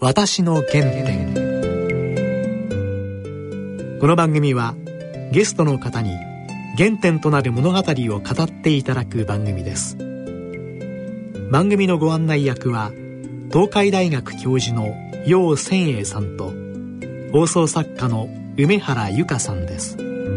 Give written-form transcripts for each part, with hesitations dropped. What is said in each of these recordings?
私の原点。この番組はゲストの方に原点となる物語を語っていただく番組です。番組のご案内役は東海大学教授の楊千栄さんと放送作家の梅原由香さんです。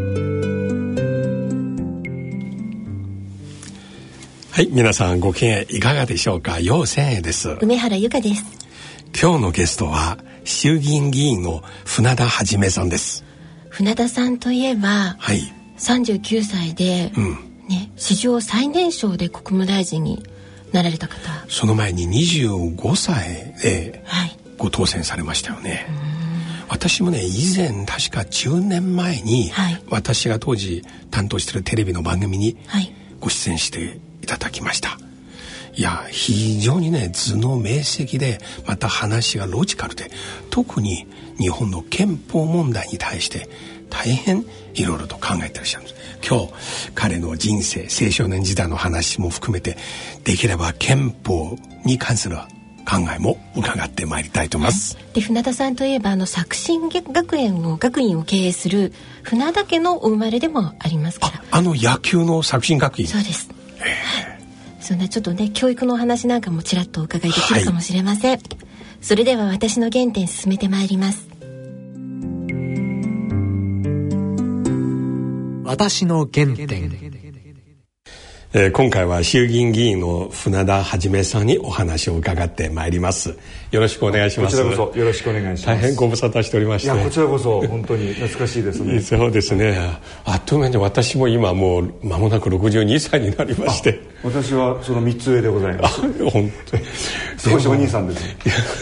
はい、皆さんご機嫌いかがでしょうか。楊千栄です。 梅原由香です。 今日のゲストは衆議院議員の船田一さんです。 船田さんといえば、 はい、 39歳で、史上最年少で国務大臣になられた方。 その前に25歳でご当選されましたよね。私もね、以前確か10年前に、私が当時担当しているテレビの番組にご出演していただきました。いや、非常にね、頭脳明晰で、また話がロジカルで、特に日本の憲法問題に対して大変いろいろと考えていらっしゃるんです。今日彼の人生、青少年時代の話も含めて、できれば憲法に関する考えも伺ってまいりたいと思います。 で、船田さんといえば作新学院を経営する船田家のお生まれでもありますから。 野球の作新学院。 そうです。そんなちょっとね、教育のお話なんかもちらっとお伺いできるかもしれません。それでは私の原点進めてまいります。 私の原点。 今回は衆議院議員の船田一さんにお話を伺ってまいります。よろしくお願いします。 こちらこそよろしくお願いします。 大変ご無沙汰しておりまして。 いや、こちらこそ本当に懐かしいですね。 そうですね。あっという間に私も今もう間もなく62歳になりまして。 私はその3つ上でございます。 本当に少しお兄さんです。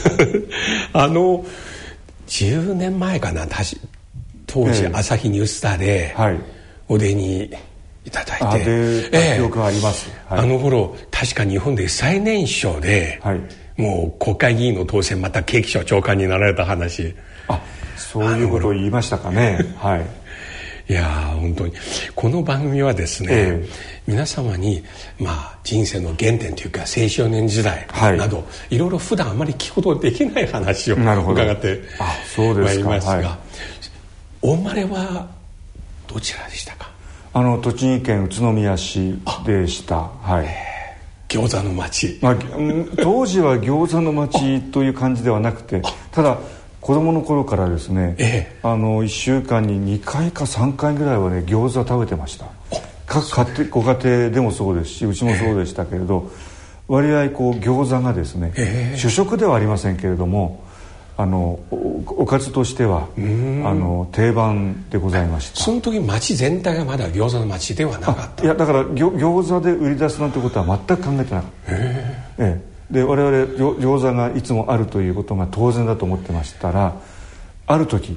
10年前かな、当時朝日ニュースターでお出にいただいて、 記憶があります。 あの頃確か日本で最年少で、もう国会議員の当選、また警視庁長官になられた話。 そういうことを言いましたかね。 いや本当にこの番組はですね、皆様に人生の原点というか青少年時代など、いろいろ普段あまり聞くことできない話を伺ってまいりますが、お生まれはどちらでしたか。 栃木県宇都宮市でした。 餃子の町。 当時は餃子の町という感じではなくて、ただ子供の頃からですね、1週間に2回か3回ぐらいはね、餃子食べてました。各ご家庭でもそうですし、うちもそうでしたけれど、割合餃子がですね、主食ではありませんけれども、おかずとしては定番でございました。 その時町全体がまだ餃子の町ではなかった。 いや、だから餃子で売り出すなんてことは全く考えてなかった。で、我々餃子がいつもあるということが当然だと思ってましたら、ある時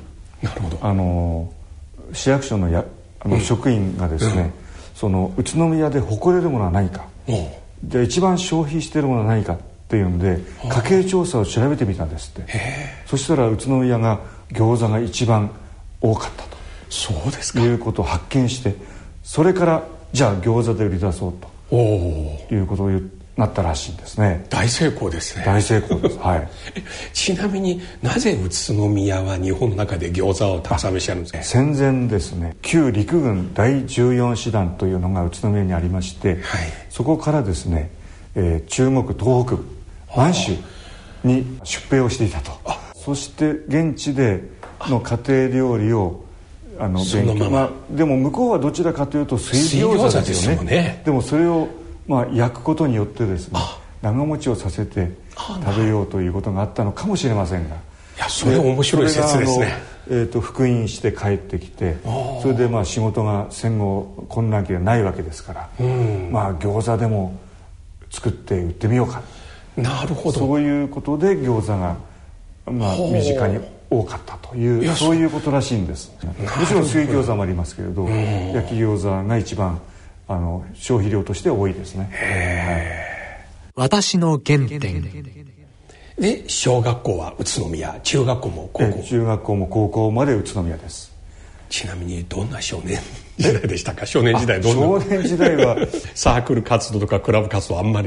市役所の職員がですね、その宇都宮で誇れるものは何か、で一番消費しているものは何かっていうんで、家計調査を調べてみたんですって。そしたら宇都宮が餃子が一番多かったと。 そうですか。 いうことを発見して、それからじゃあ餃子で売り出そうということをなったらしいんですね。 大成功ですね。 大成功です。 ちなみになぜ宇都宮は日本の中で餃子をたくさん召し上がるんですか。 戦前ですね、旧陸軍第14師団というのが宇都宮にありまして、そこからですね、中国東北部満州に出兵をしていたと。そして現地での家庭料理を勉強、でも向こうはどちらかというと水餃子ですよね。でもそれを焼くことによってですね、長持ちをさせて食べようということがあったのかもしれませんが、 いや、それ面白い説ですね。 復員して帰ってきて、それで仕事が戦後混乱期がないわけですから、餃子でも作って売ってみようか。 なるほど。 そういうことで餃子が身近に多かったという、そういうことらしいんです。もちろん水餃子もありますけれど、焼き餃子が一番消費量として多いですね。 私の原点。 で、小学校は宇都宮、中学校も高校。 中学校も高校まで宇都宮です。 ちなみにどんな少年時代でしたか。少年時代どんな。 少年時代はサークル活動とかクラブ活動あんまり。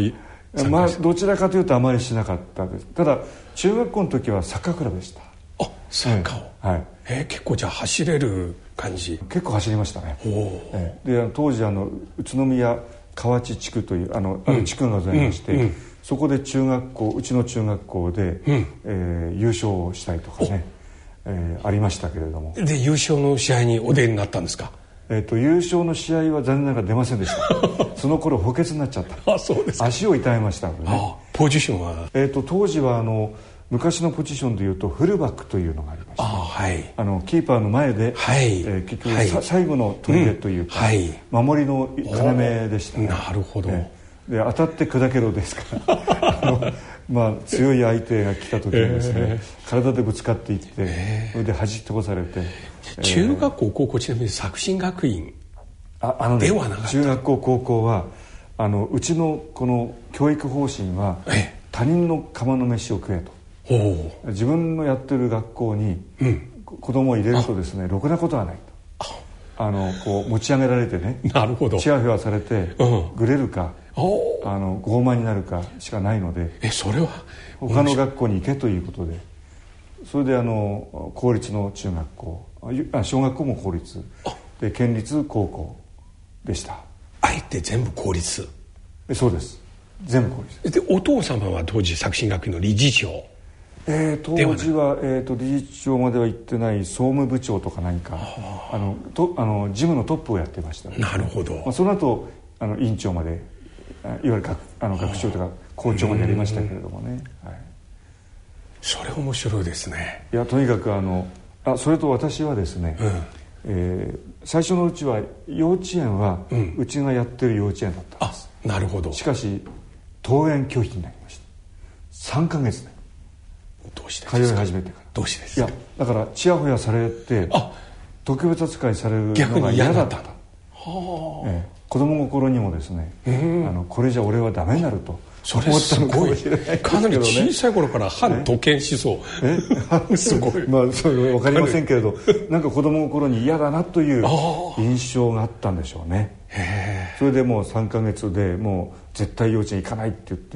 まあどちらかというとあまりしなかったです。ただ中学校の時はサッカークラブでした。 あ、サッカーを、はい、結構じゃあ走れる感じ。 結構走りましたね。で当時宇都宮河内地区というある地区がございまして、そこでうちの中学校で、優勝をしたりとかね、ありましたけれども。 で優勝の試合にお出になったんですか？ 優勝の試合は残念ながら出ませんでしたその頃補欠になっちゃった。 あ、そうですか。 足を痛めましたのでね。 ポジションは当時は昔のポジションでいうとフルバックというのがありました。はい、キーパーの前で、結局、最後の砦というか、守りの要でしたね。なるほど。で当たって砕けろですからまあ、強い相手が来た時にですね、体でぶつかっていって、それで弾き飛ばされて、 中学校高校ちなみに作新学院ではなかった。 中学校高校はうちのこの教育方針は、他人の釜の飯を食えと。自分のやってる学校に子供を入れるとですね、ろくなことはないと。こう持ち上げられてね、 なるほど、 チヤホヤされて、グレるか傲慢になるかしかないので、 それは他の学校に行けということで、それで公立の中学校、小学校も公立で、県立高校でした。 あえて全部公立？ そうです、全部公立で。お父様は当時作新学院の理事長？ 当時は、理事長までは行ってない、総務部長とか何か事務のトップをやってました、ね。 なるほど。 その後委員長まで、いわゆる学長とか校長までやりましたけれどもね。 それ面白いですね。 いや、とにかくそれと私はですね、最初のうちは幼稚園は、うちがやってる幼稚園だったんです。 なるほど。 しかし登園拒否になりました。3ヶ月で。 どうしてですか？ 通い始めてから。 どうしてですか？ いや、だからチヤホヤされて、特別扱いされるのが嫌だった。子供心にもですね、これじゃ俺はダメになると思ったのかもしれないですけどね。かなり小さい頃から反독権思想、すごい。 まあそれ分かりませんけれど、なんか子供心に嫌だなという印象があったんでしょうね。それでもう3ヶ月でもう絶対幼稚園行かないって言って、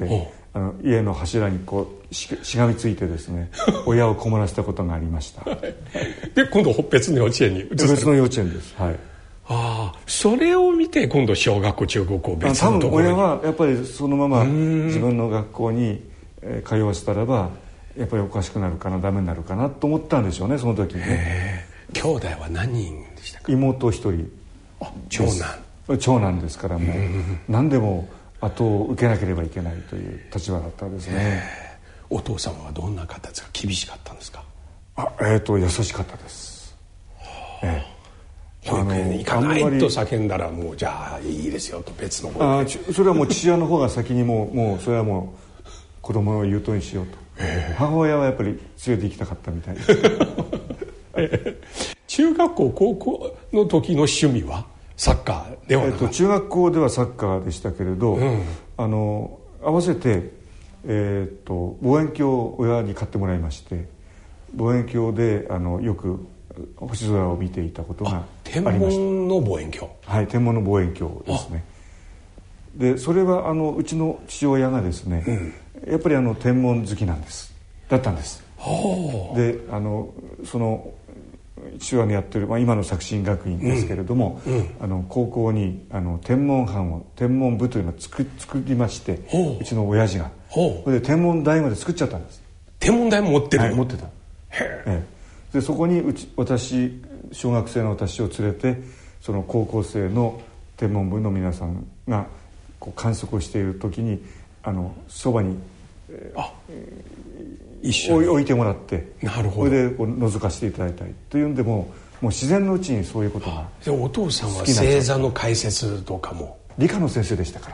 家の柱にこうしがみついてですね親を困らせたことがありましたで今度別の幼稚園に移った。 別の幼稚園です。はい。 それを見て今度小学校中学校別のところに。 多分親はやっぱりそのまま自分の学校に通わせたらばやっぱりおかしくなるかな、ダメになるかなと思ったんでしょうね、その時にね。 兄弟は何人でしたか？ 妹一人。長男ですから、もう何でも後を受けなければいけないという立場だったんですね。 お父様はどんな方ですか？厳しかったんですか？ 優しかったです。 保育園に行かないと叫んだらもうじゃあいいですよと別の方で。 それはもう父親の方が先にもうそれはもう子供の言うとおりにしようと。母親はやっぱり連れて行きたかったみたいです。 中学校高校の時の趣味はサッカーではなかった？ 中学校ではサッカーでしたけれど、合わせて、望遠鏡を親に買ってもらいまして、望遠鏡でよく星空を見ていたことがありました。 天文の望遠鏡。 はい、天文の望遠鏡ですね。でそれはうちの父親がですね、やっぱり天文好きだったんです。でその父親のやってる、今の作新学院ですけれども、高校に天文部というのを作りまして、うちの親父がそれで天文台まで作っちゃったんです。 天文台も持ってる？ はい、持ってた。でそこに小学生の私を連れて、その高校生の天文部の皆さんがこう観測をしている時にそばに、一緒に置いてもらって、 なるほど。 それでこう覗かせていただいたりというんで、もう自然のうちにそういうことが。 お父さんは星座の解説とかも？ 理科の先生でしたから。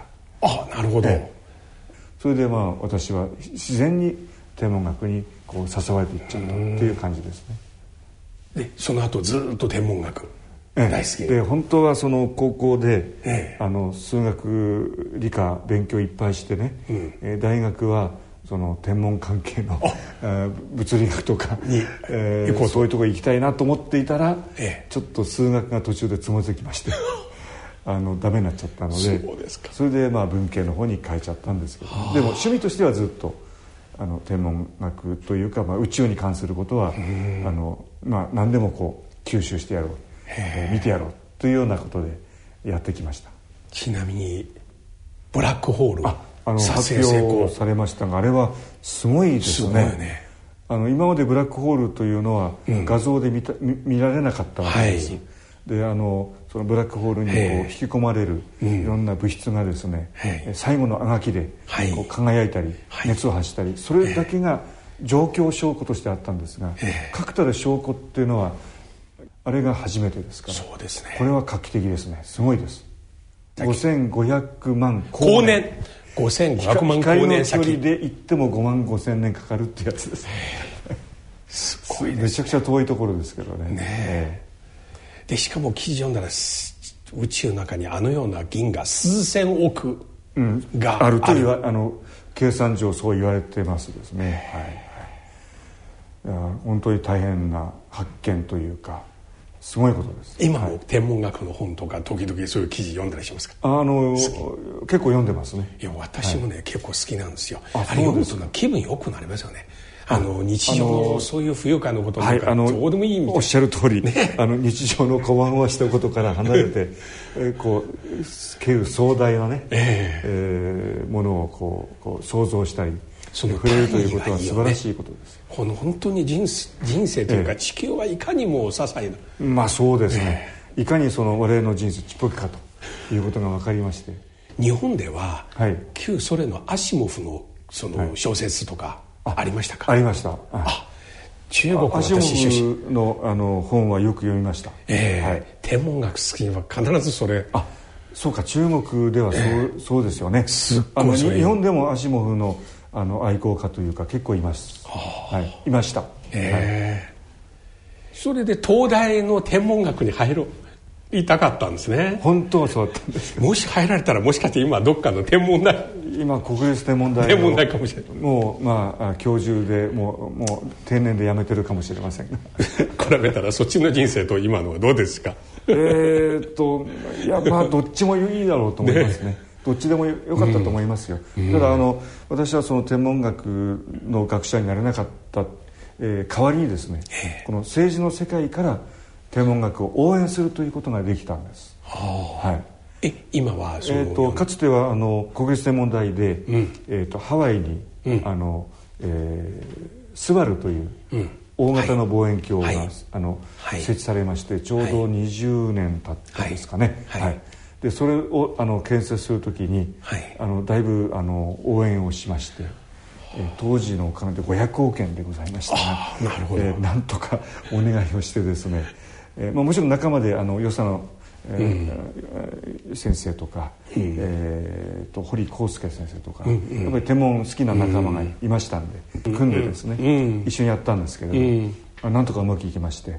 なるほど。 それで私は自然に天文学にこう誘われていっちゃったっていう感じですね。 でその後ずっと天文学大好きで、本当はその高校で、数学理科勉強いっぱいしてね、大学はその天文関係の物理学とかに、そういうところ行きたいなと思っていたら、ちょっと数学が途中でつまずきましてダメになっちゃったので、 そうですか。 それで文系の方に変えちゃったんですけど、でも趣味としてはずっと天文学というか、宇宙に関することは何でもこう吸収してやろう、見てやろうというようなことでやってきました。 ちなみにブラックホール発表されましたが、あれはすごいですね。すごいね。今までブラックホールというのは画像で見られなかったわけです、でそのブラックホールにこう引き込まれるいろんな物質がですね、最後のあがきでこう輝いたり、熱を発したり、それだけが状況証拠としてあったんですが、確たる証拠っていうのはあれが初めてですから、 そうですね、 これは画期的ですね。すごいです。5500万光年、5500万光年先、 光の距離で行っても5万5千年かかるってやつです。 すごいですね。 めちゃくちゃ遠いところですけどね。 でしかも記事読んだら宇宙の中にあのような銀河数千億があるという計算上そう言われてますですね。本当に大変な発見というかすごいことです。 今も天文学の本とか時々そういう記事読んだりしますか？ 結構読んでますね。 いや私もね、結構好きなんですよ。あれ読むと気分良くなりますよね。日常のそういう不愉快なことなんかどうでもいいみたいな、 おっしゃる通り、日常のこわごわしたことから離れてこう壮大なね、ものをこう想像したり触れるということは素晴らしいことです。 本当に人生というか地球はいかにも些細な、 そうですね、いかにその我々の人生ちっぽけかということが分かりまして、 日本では、旧ソ連のアシモフのその小説とかありましたか？ ありました。 中国アシモフの本はよく読みました。 天文学好きには必ずそれ。 そうか、中国ではそうですよね。日本でもアシモフの愛好家というか結構います。いました。 それで東大の天文学に入りたかったんですね。 本当はそうだったんですけど、 もし入られたらもしかして今どっかの天文台、 今国立天文台かもしれない。 もう教授でもう定年で辞めてるかもしれませんが比べたらそっちの人生と今のはどうですか？ いやどっちもいいだろうと思いますね。どっちでもよかったと思いますよ。ただ私はその天文学の学者になれなかった、代わりにですね、この政治の世界から天文学を応援するということができたんです。 今はかつては国立天文台で、ハワイに、スバルという大型の望遠鏡が、設置されまして、ちょうど20年経ったですかね。でそれを建設するときに、だいぶ応援をしまして、当時のお金で500億円でございましたが、なんとかお願いをしてですね、もちろん仲間で与謝野先生とか、堀康介先生とか、やっぱり天文好きな仲間がいましたんで、組んでですね、一緒にやったんですけれど、なんとかうまくいきまして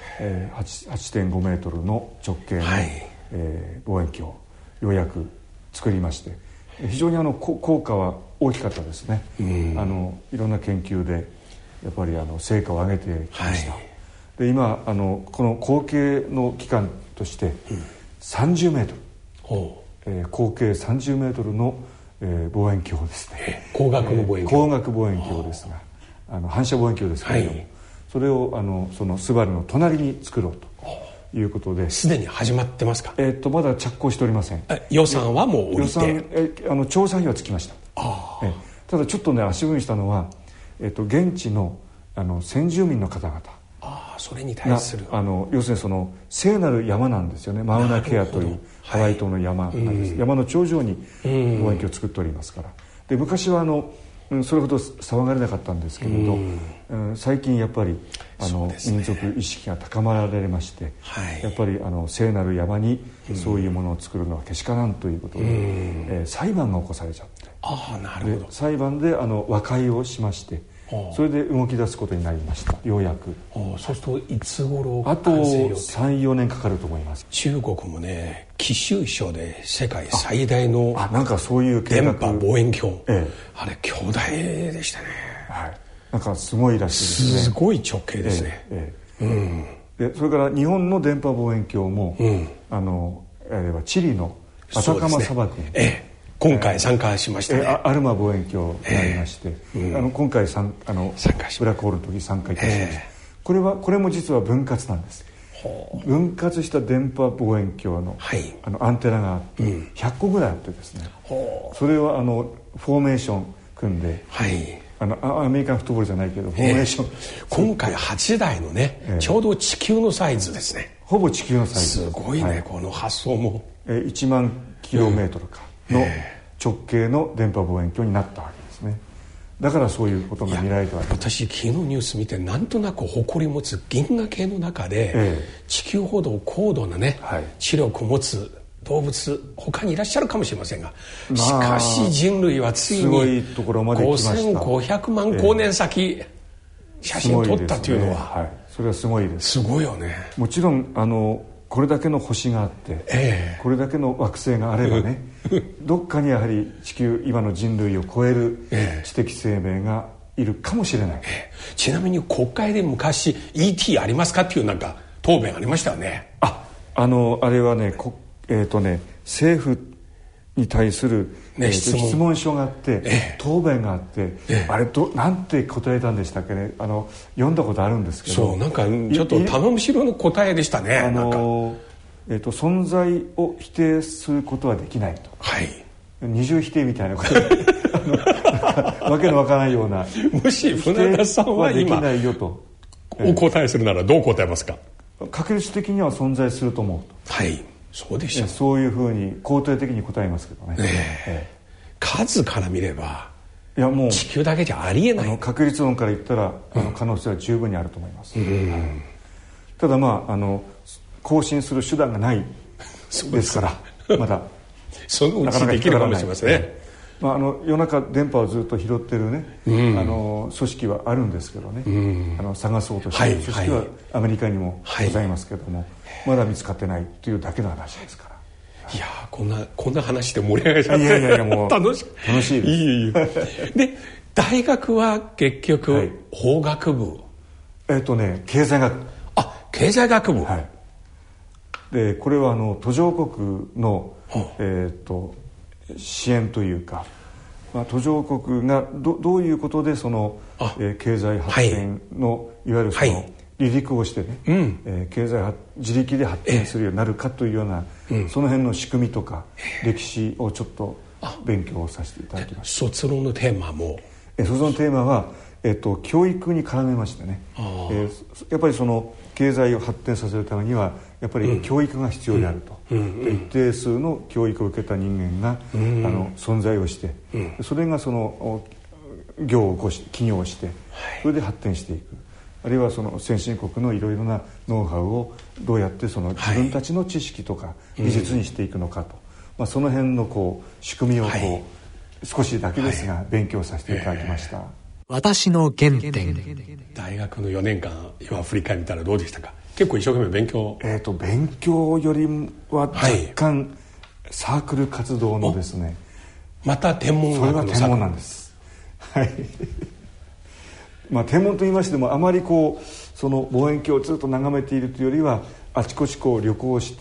、8.5 メートルの直径の、望遠鏡をようやく作りまして、非常に効果は大きかったですね。いろんな研究でやっぱり成果を上げてきました。で今この後継の期間として30メートル、口径30メートルの、望遠鏡ですね。 光学の望遠鏡、 光学望遠鏡ですが、反射望遠鏡ですけれども、それをそのスバルの隣に作ろうということで、 すでに始まってますか？ まだ着工しておりません。 予算はもう降りて、 調査費はつきました。ただちょっとね足踏みしたのは、現地の先住民の方々、 それに対する要するにその聖なる山なんですよね。マウナケアというハワイ島の山なんです。山の頂上に望遠鏡を作っておりますから。で昔はそれほど騒がれなかったんですけれど、最近やっぱり民族意識が高まられまして、やっぱり聖なる山にそういうものを作るのはけしからんということで、裁判が起こされちゃって、 なるほど。 裁判で和解をしまして、それで動き出すことになりました。ようやく。 そうするといつ頃あと 3,4 年かかると思います。 中国もね、貴州省で世界最大のなんかそういう電波望遠鏡、あれ巨大でしたね。 なんかすごいらしいですね。 すごい直径ですね。 でそれから日本の電波望遠鏡も、 あれはチリのアタカマ砂漠に、 今回参加しましたね。 アルマ望遠鏡がありまして、今回参加ブラックホールの時参加いたしました。これも実は分割なんです。分割した電波望遠鏡の、アンテナがあって、100個ぐらいあってですね、それをフォーメーション組んで、アメリカンフットボールじゃないけどフォーメーション、 今回8台のね、ちょうど地球のサイズですね。 ほぼ地球のサイズ。 すごいね、この発想も。 1万キロメートルかの直径の電波望遠鏡になったわけですね。だからそういうことが見られたわけです。 私昨日ニュース見てなんとなく誇り持つ銀河系の中で、地球ほど高度なね、知力を持つ動物他にいらっしゃるかもしれませんが、しかし人類はついにすごいところまで来ました。 5500万光年先、写真撮ったというのは、 それはすごいです。 すごいよね。 もちろんこれだけの星があって、これだけの惑星があればね、どっかにやはり地球今の人類を超える知的生命がいるかもしれない。 ちなみに国会で昔 ET ありますかっていうなんか答弁ありましたよね。 あれはね、政府に対する、質問書があって、答弁があって、あれなんて答えたんでしたっけね。読んだことあるんですけど、 そうなんかちょっと頼むしろの答えでしたね。 存在を否定することはできないと、二重否定みたいなことわけのわからないようなもし船田さんは今できないよとお答えするならどう答えますか。 確率的には存在すると思うと。 そうでしょう。 そういうふうに肯定的に答えますけどね。 数から見ればいやもう地球だけじゃありえない。 確率論から言ったら可能性は十分にあると思います。ただ更新する手段がないですからまだそのうちできるかもしれませんね。 夜中電波をずっと拾ってるね、組織はあるんですけどね、探そうとしている組織はアメリカにもございますけども、まだ見つかってないというだけの話ですから。 いやこんな話で盛り上がっちゃって、 いやもう楽しいですで大学は結局、法学部、 経済学部。 経済学部。 でこれは途上国の、支援というか、途上国がどういうことでその、経済発展の、いわゆるその、離陸をしてね、経済自力で発展するようになるかというような、その辺の仕組みとか、歴史をちょっと勉強させていただきました。 卒論のテーマも卒論のテーマは、教育に絡めましてね、やっぱりその経済を発展させるためにはやっぱり教育が必要であると、一定数の教育を受けた人間が、存在をして、それがその業を起こし起業して、それで発展していく、あるいはその先進国のいろいろなノウハウをどうやってその自分たちの知識とか技術にしていくのかと、その辺の仕組みを少しだけですが勉強させていただきました。 私の原点。 大学の4年間今振り返ったらどうでしたか。結構一生懸命勉強。 勉強よりは若干、サークル活動のですね。 また天文学の。 それは天文なんです。天文と言いましてもあまりその望遠鏡をずっと眺めているというよりは、あちこち旅行して、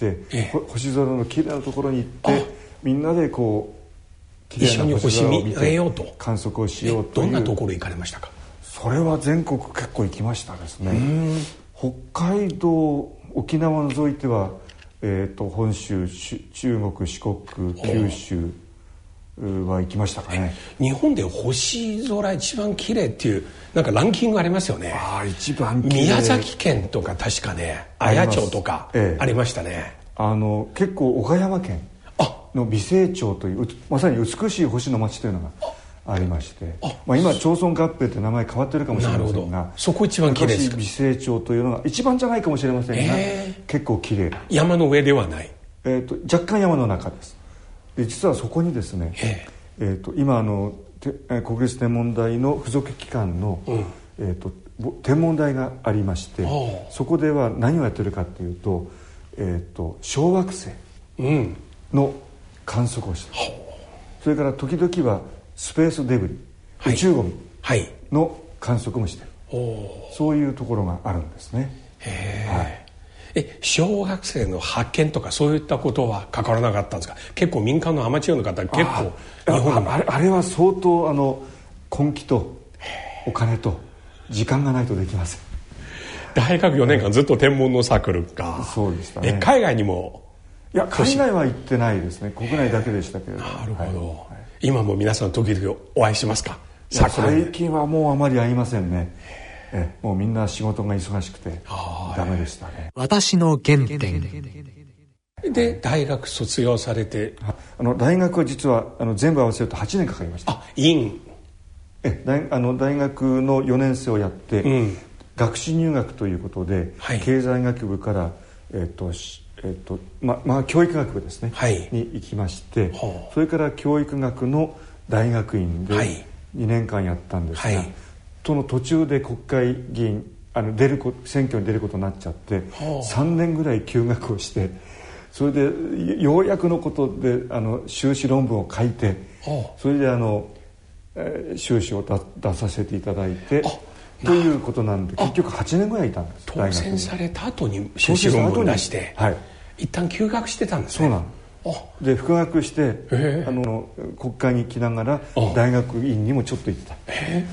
星空のきれいなところに行ってみんなで一緒に星見上げようと観測をしようという。 どんなところ行かれましたか。 それは全国結構行きましたですね。北海道沖縄を除いては、本州中国四国九州は行きましたかね。 日本で星空一番綺麗っていうなんかランキングありますよね。 一番綺麗。 宮崎県とか確かね、綾町とかありましたね。 結構岡山県の美星町というまさに美しい星の町というのがありまして、今町村合併って名前変わってるかもしれませんが、 そこ一番綺麗ですか。 美星町というのが一番じゃないかもしれませんが、結構綺麗。 山の上ではない、 若干山の中です。で実はそこにですね、今国立天文台の付属機関の、天文台がありまして、そこでは何をやってるかというと、小惑星の観測をして、それから時々はスペースデブリ、宇宙ゴミの観測もしてる、そういうところがあるんですね。 小学生の派遣とかそういったことは関わらなかったんですか？結構民間のアマチュアの方結構日本あれは相当根気とお金と時間がないとできません。 大学4年間ずっと天文のサークルか。 そうでしたね。 海外にも？ いや、海外は行ってないですね。国内だけでしたけれども。 なるほど、はい、今も皆さん時々お会いしますか？ 最近はもうあまり会いませんね。もうみんな仕事が忙しくてダメでしたね。 私の原点で大学卒業されて、 大学は実は全部合わせると8年かかりました。 院大学の4年生をやって、学士入学ということで、経済学部から教育学部ですね、に行きまして、それから教育学の大学院で2年間やったんですが、その途中で国会議員選挙に出ることになっちゃって3年ぐらい休学をして、それでようやくのことで修士論文を書いて、それで修士を出させていただいてということなんで、結局8年ぐらいいたんです。 当選された後に修士論文を出して、一旦休学してたんですね。 そうなんで、復学して国会に来ながら大学院にもちょっと行ってた。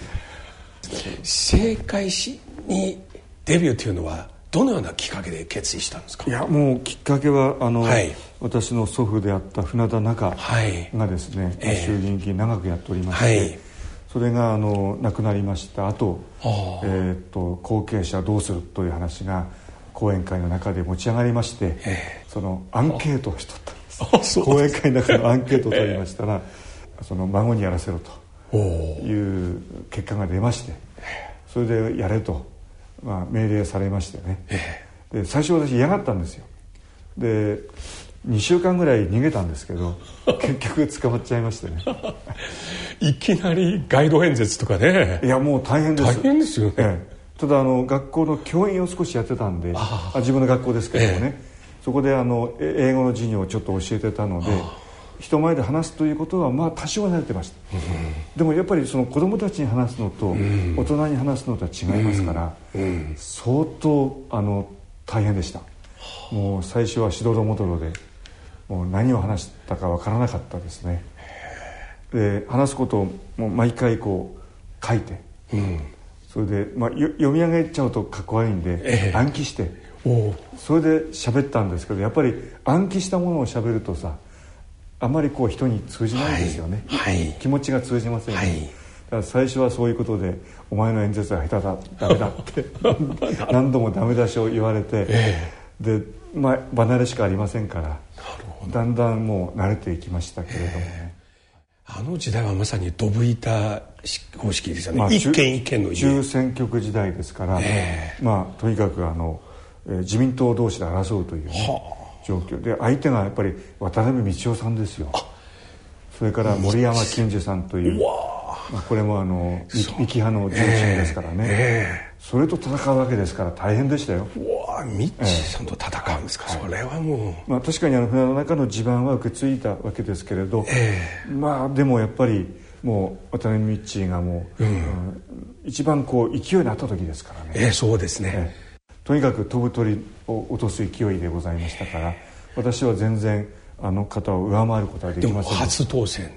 政界にデビューというのはどのようなきっかけで決意したんですか？ いや、もうきっかけは私の祖父であった船田中がですね、衆議院議員長くやっておりまして、それが亡くなりました後、後継者どうするという話が講演会の中で持ち上がりまして、そのアンケートをしとったんです。講演会の中のアンケートを取りましたら、その孫にやらせろという結果が出まして、それでやれと、命令されましてね、で最初私嫌がったんですよ。で2週間ぐらい逃げたんですけど結局捕まっちゃいましてねいきなりガイド演説とかね。 いや、もう大変です。 大変ですよね。 ただ学校の教員を少しやってたんで、自分の学校ですけどもね、そこで英語の授業をちょっと教えてたので、人前で話すということは多少は慣れてました。でもやっぱりその子供たちに話すのと大人に話すのとは違いますから、相当大変でした。もう最初はしどろもどろで、もう何を話したかわからなかったですね。で話すことをもう毎回こう書いて、それで、読み上げちゃうとかっこ悪いんで、暗記してそれで喋ったんですけど、やっぱり暗記したものを喋るとさ、あまりこう人に通じないですよね、気持ちが通じませんよね。だから最初はそういうことで、お前の演説は下手だ、ダメだって何度もダメ出しを言われて、で離れしかありませんから、だんだんもう慣れていきましたけれどもね。 あの時代はまさにドブ板方式ですよね。一軒一軒の家、 中選挙区時代ですから、とにかく自民党同士で争うという、状況で、相手がやっぱり渡辺道夫さんですよ。それから森山金次さんという、これも三木派の重臣ですからね、それと戦うわけですから大変でしたよ。 ミッチーさんと戦うんですか？それはもう、 確かに船の中の地盤は受け継いだわけですけれど、でもやっぱりもう渡辺ミッチーがもう、一番こう勢いになった時ですからね。 そうですね、 とにかく飛ぶ鳥を落とす勢いでございましたから、私は全然あの方を上回ることはできません。 でも初当選、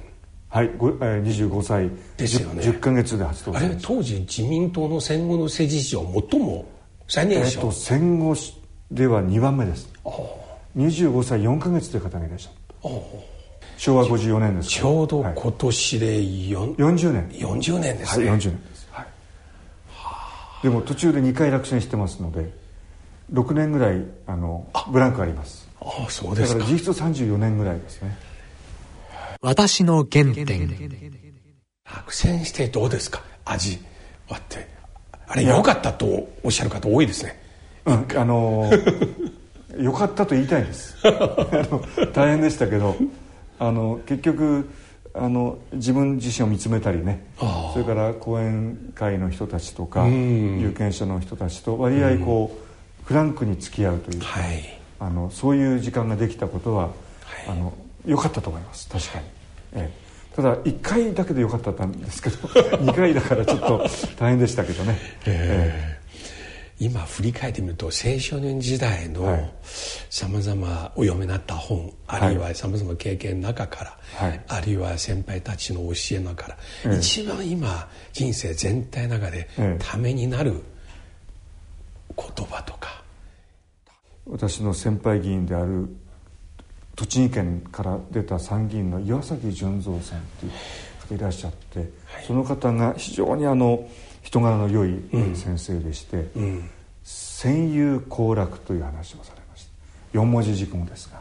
25歳ですよね。 10ヶ月で初当選。 当時自民党の戦後の政治史上最も最年少、 戦後では2番目です。25歳4ヶ月という方がいらっしゃった。昭和54年ですから、 ちょうど今年で 40年ですね。 40年です、でも途中で2回落選してますので、6年ぐらいブランクあります。 そうですか。 だから実質34年ぐらいですね。 私の原点。 落選してどうですか？味わって、あれ良かったとおっしゃる方多いですね。 良かったと言いたいんです大変でしたけど、結局自分自身を見つめたりね、それから講演会の人たちとか有権者の人たちと割合こうフランクに付き合うというか、そういう時間ができたことは良かったと思います。確かに、ただ1回だけで良かったんですけど2回だからちょっと大変でしたけどね。 今振り返ってみると青少年時代のさまざまお読みになった本、あるいはさまざま経験の中から、あるいは先輩たちの教えの中から、一番今人生全体の中でためになる言葉とか。 私の先輩議員である栃木県から出た参議院の岩崎純三さんという方いらっしゃって、その方が非常に人柄の良い先生でして、戦友行楽という話をされました。4文字熟語ですが、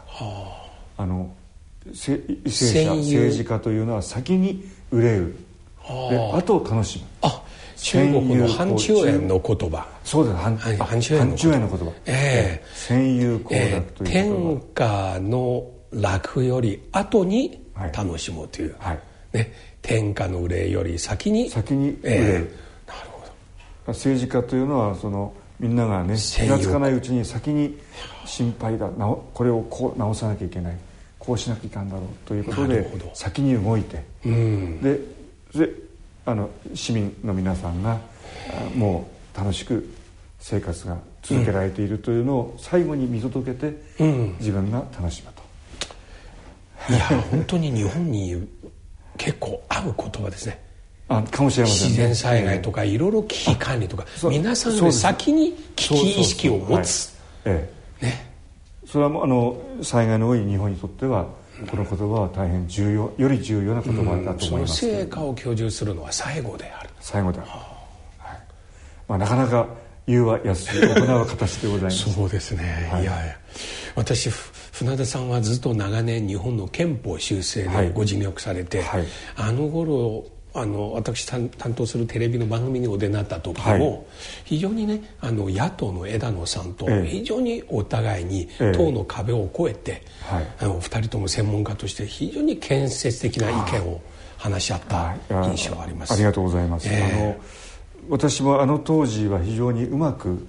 政治家というのは先に憂う、で後を楽しむ。 中国の韓中園の言葉。 そうです。韓中園の言葉。戦友行楽という言葉。 天下の楽より後に楽しむという、天下の憂いより先に憂う。なるほど。政治家というのはみんながね気がつかないうちに先に心配だ、これをこう直さなきゃいけない、こうしなきゃいかんだろうということで先に動いて、で市民の皆さんがもう楽しく生活が続けられているというのを最後に見届けて、自分が楽しむと。 いや本当に日本に結構合う言葉ですね。 かもしれませんね。 自然災害とかいろいろ危機管理とか、皆さんより先に危機意識を持つ。 それは災害の多い日本にとってはこの言葉は大変より重要な言葉だと思います。 その成果を享受するのは最後である。 最後である。なかなか言うは安い、行うは形でございます。 そうですね。いや私船田さんはずっと長年日本の憲法修正でご尽力されて、頃私担当するテレビの番組にお出になった時も、非常にね野党の枝野さんと非常にお互いに党の壁を越えて、2人とも専門家として非常に建設的な意見を話し合った印象があります。 ありがとうございます。私も当時は非常にうまく、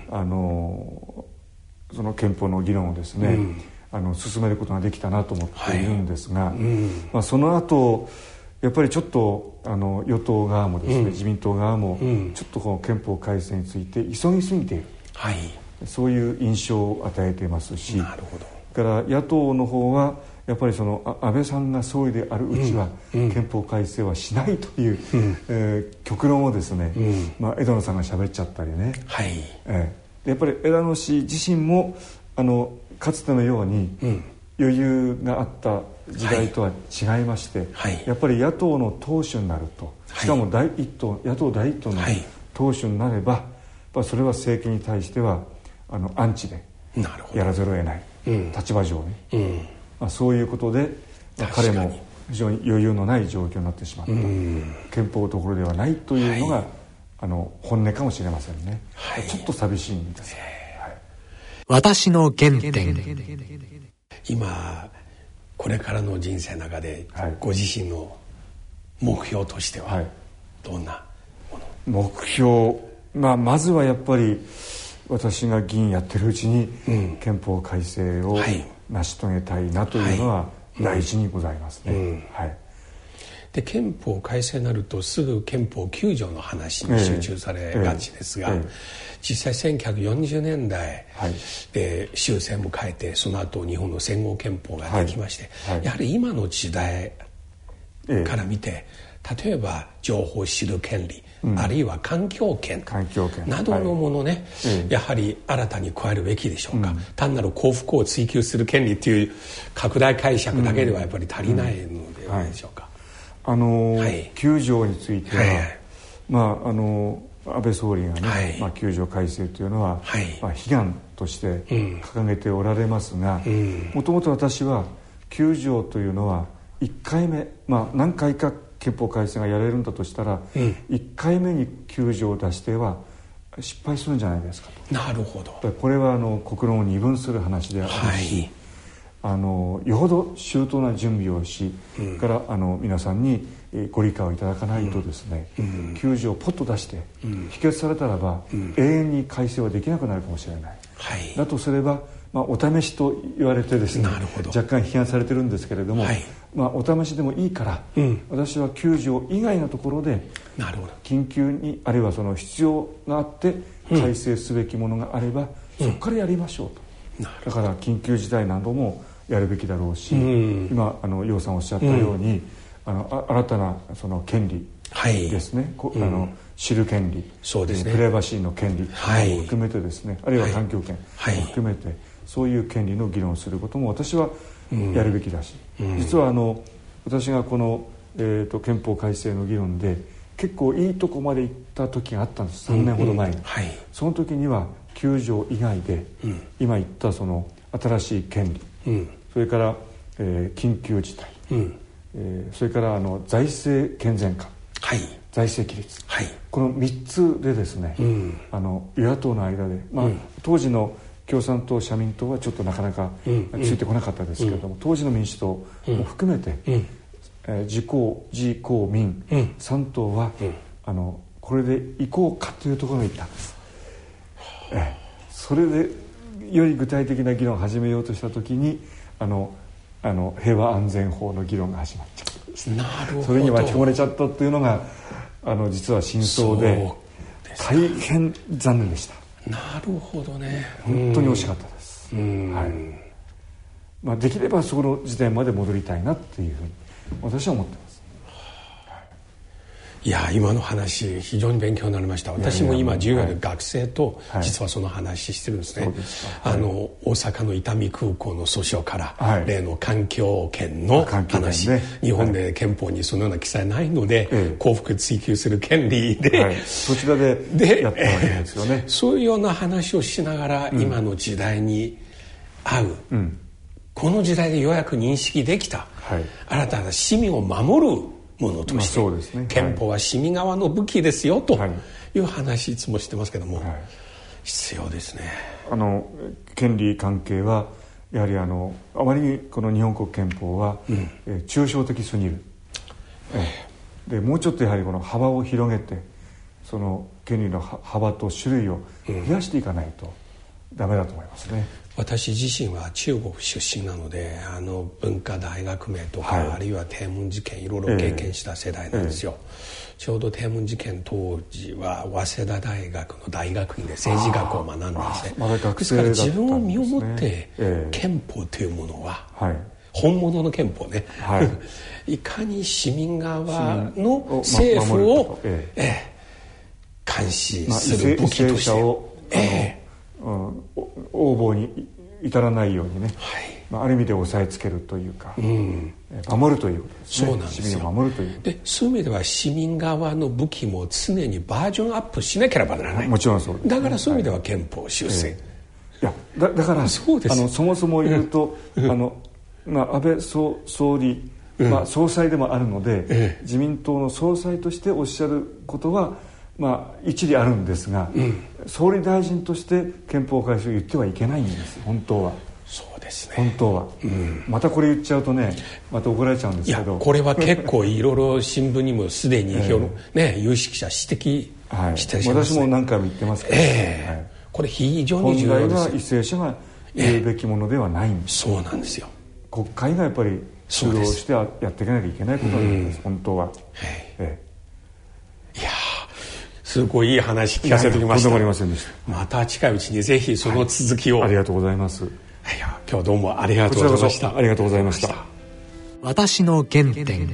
その憲法の議論をですね、進めることができたなと思っているんですが、その後やっぱりちょっと与党側もですね、自民党側もちょっとこの憲法改正について急ぎすぎている、そういう印象を与えていますし、 なるほど。 から野党の方はやっぱり安倍さんが総理であるうちは憲法改正はしないという、極論をですね、枝野さんが喋っちゃったりね、やっぱり枝野氏自身もかつてのように余裕があった時代とは違いまして、やっぱり野党の党首になると、しかも野党第一党の党首になれば、それは政権に対してはアンチでやらざるを得ない、立場上ね、そういうことで、彼も非常に余裕のない状況になってしまった、憲法どころではないというのが、本音かもしれませんね。ちょっと寂しいんです。 私の原点。 今これからの人生の中で、ご自身の目標としてはどんなもの？ 目標、まずはやっぱり私が議員やってるうちに、憲法改正を成し遂げたいなというのは大事にございますね。 で憲法改正になるとすぐ憲法9条の話に集中されがちですが、実際1940年代で修正も変えて、その後日本の戦後憲法ができまして、やはり今の時代から見て、例えば情報を知る権利、あるいは環境権などのものね、やはり新たに加えるべきでしょうか。単なる幸福を追求する権利という拡大解釈だけではやっぱり足りないのではないでしょうか。 9条については、安倍総理がね、9条改正というのは、悲願として掲げておられますが、もともと私は9条というのは1回目、何回か憲法改正がやれるんだとしたら、1回目に9条を出しては失敗するんじゃないですかと。 なるほど。 これは国論を二分する話であるし、よほど周到な準備をし、から皆さんにご理解をいただかないとですね、9条をポッと出して否決されたらば、永遠に改正はできなくなるかもしれない、だとすれば、お試しと言われてですね、若干批判されてるんですけれども、お試しでもいいから、私は9条以外のところで緊急に、あるいはその必要があって改正すべきものがあれば、そこからやりましょうと。だから緊急事態などもやるべきだろうし、今楊さんおっしゃったように、新たなその権利ですね、知る権利、 そうですね、 プライバシーの権利を含めてですね、あるいは環境権を含めて、そういう権利の議論をすることも私はやるべきだし、実は私がこの、憲法改正の議論で結構いいとこまで行った時があったんです。3年ほど前に、その時には9条以外で、今言ったその新しい権利、それから、緊急事態、それから財政健全化、財政規律、この3つでですね、与野党の間で、当時の共産党社民党はちょっとなかなかついてこなかったですけれども、当時の民主党も含めて、自公民、3党は、これで行こうかというところに行ったんです。それでより具体的な議論を始めようとした時に平和安全法の議論が始まっちゃったんですね。それに巻き込まれちゃったっていうのが実は真相で、大変残念でした。 なるほどね。 本当に惜しかったです。できればその時点まで戻りたいなっていうふうに私は思ってます。 いや、今の話非常に勉強になりました。私も今授業で学生と実はその話してるんですね。大阪の伊丹空港の訴訟から、例の環境権の話、日本で憲法にそのような記載ないので、幸福追求する権利で、 そちらでやったわけですよね。 そういうような話をしながら、今の時代に合う、この時代でようやく認識できた、新たな市民を守るものとして、憲法は市民側の武器ですよという話いつもしてますけども、必要ですね。 権利関係はやはりあまりにこの日本国憲法は、抽象的すぎる、でもうちょっとやはりこの幅を広げて、その権利の幅と種類を増やしていかないとダメだと思いますね。 私自身は中国出身なので、文化大革命とか、あるいは天安門事件いろいろ経験した世代なんですよ。ちょうど天安門事件当時は早稲田大学の大学院で政治学を学んでですね、ですから自分を身をもって憲法というものは、本物の憲法ね、いかに市民側の政府を監視する武器として応募に至らないようにね、ある意味で抑えつけるというか、守るということですね。そうなんですよ。市民を守るという。 で、そういう意味では市民側の武器も常にバージョンアップしなければならない。 もちろんそうです。 だからそういう意味では憲法修正。 いや、だからそうです。そもそも言うと、安倍総理、総裁でもあるので、自民党の総裁としておっしゃることは一理あるんですが、総理大臣として憲法改正を言ってはいけないんです。本当は。 そうですね。 本当は、またこれ言っちゃうとね、また怒られちゃうんですけど。 これは結構いろいろ新聞にもすでに有識者指摘してらっしゃいますね。 私も何回も言ってますけど、 これ非常に重要です。 本来は為政者が言うべきものではないんです。 そうなんですよ。 国会がやっぱり主導してやっていかなきゃいけないことなんです、本当は。 いやすごいいい話聞かせてきました。 とんでもありませんでした。 また近いうちにぜひその続きを、 ありがとうございます。 今日はどうもありがとうございました。 ありがとうございました。 私の原点。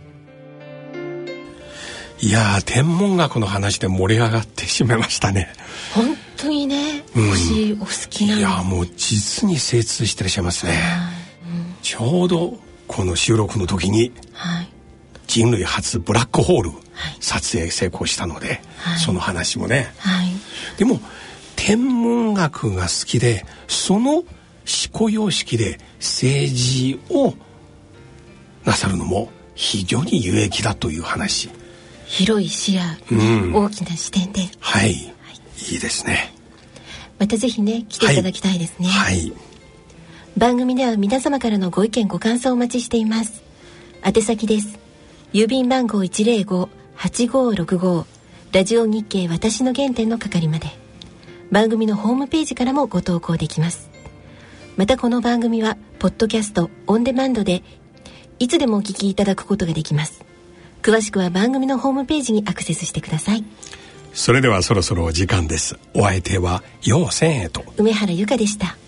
いや天文学の話で盛り上がってしまいましたね。 本当にね、星お好きなの。 いやもう実に精通してらっしゃいますね。ちょうどこの収録の時に、人類初ブラックホール撮影成功したので、その話もね、でも天文学が好きで、その思考様式で政治をなさるのも非常に有益だという話。 広い視野、大きな視点で、 いいですね。 またぜひね来ていただきたいですね。番組では皆様からのご意見ご感想をお待ちしています。宛先です。郵便番号 105-8565 ラジオ日経私の原点の係まで。番組のホームページからもご投稿できます。またこの番組はポッドキャストオンデマンドでいつでもお聞きいただくことができます。詳しくは番組のホームページにアクセスしてください。 それではそろそろお時間です。お相手は陽千恵と梅原由香でした。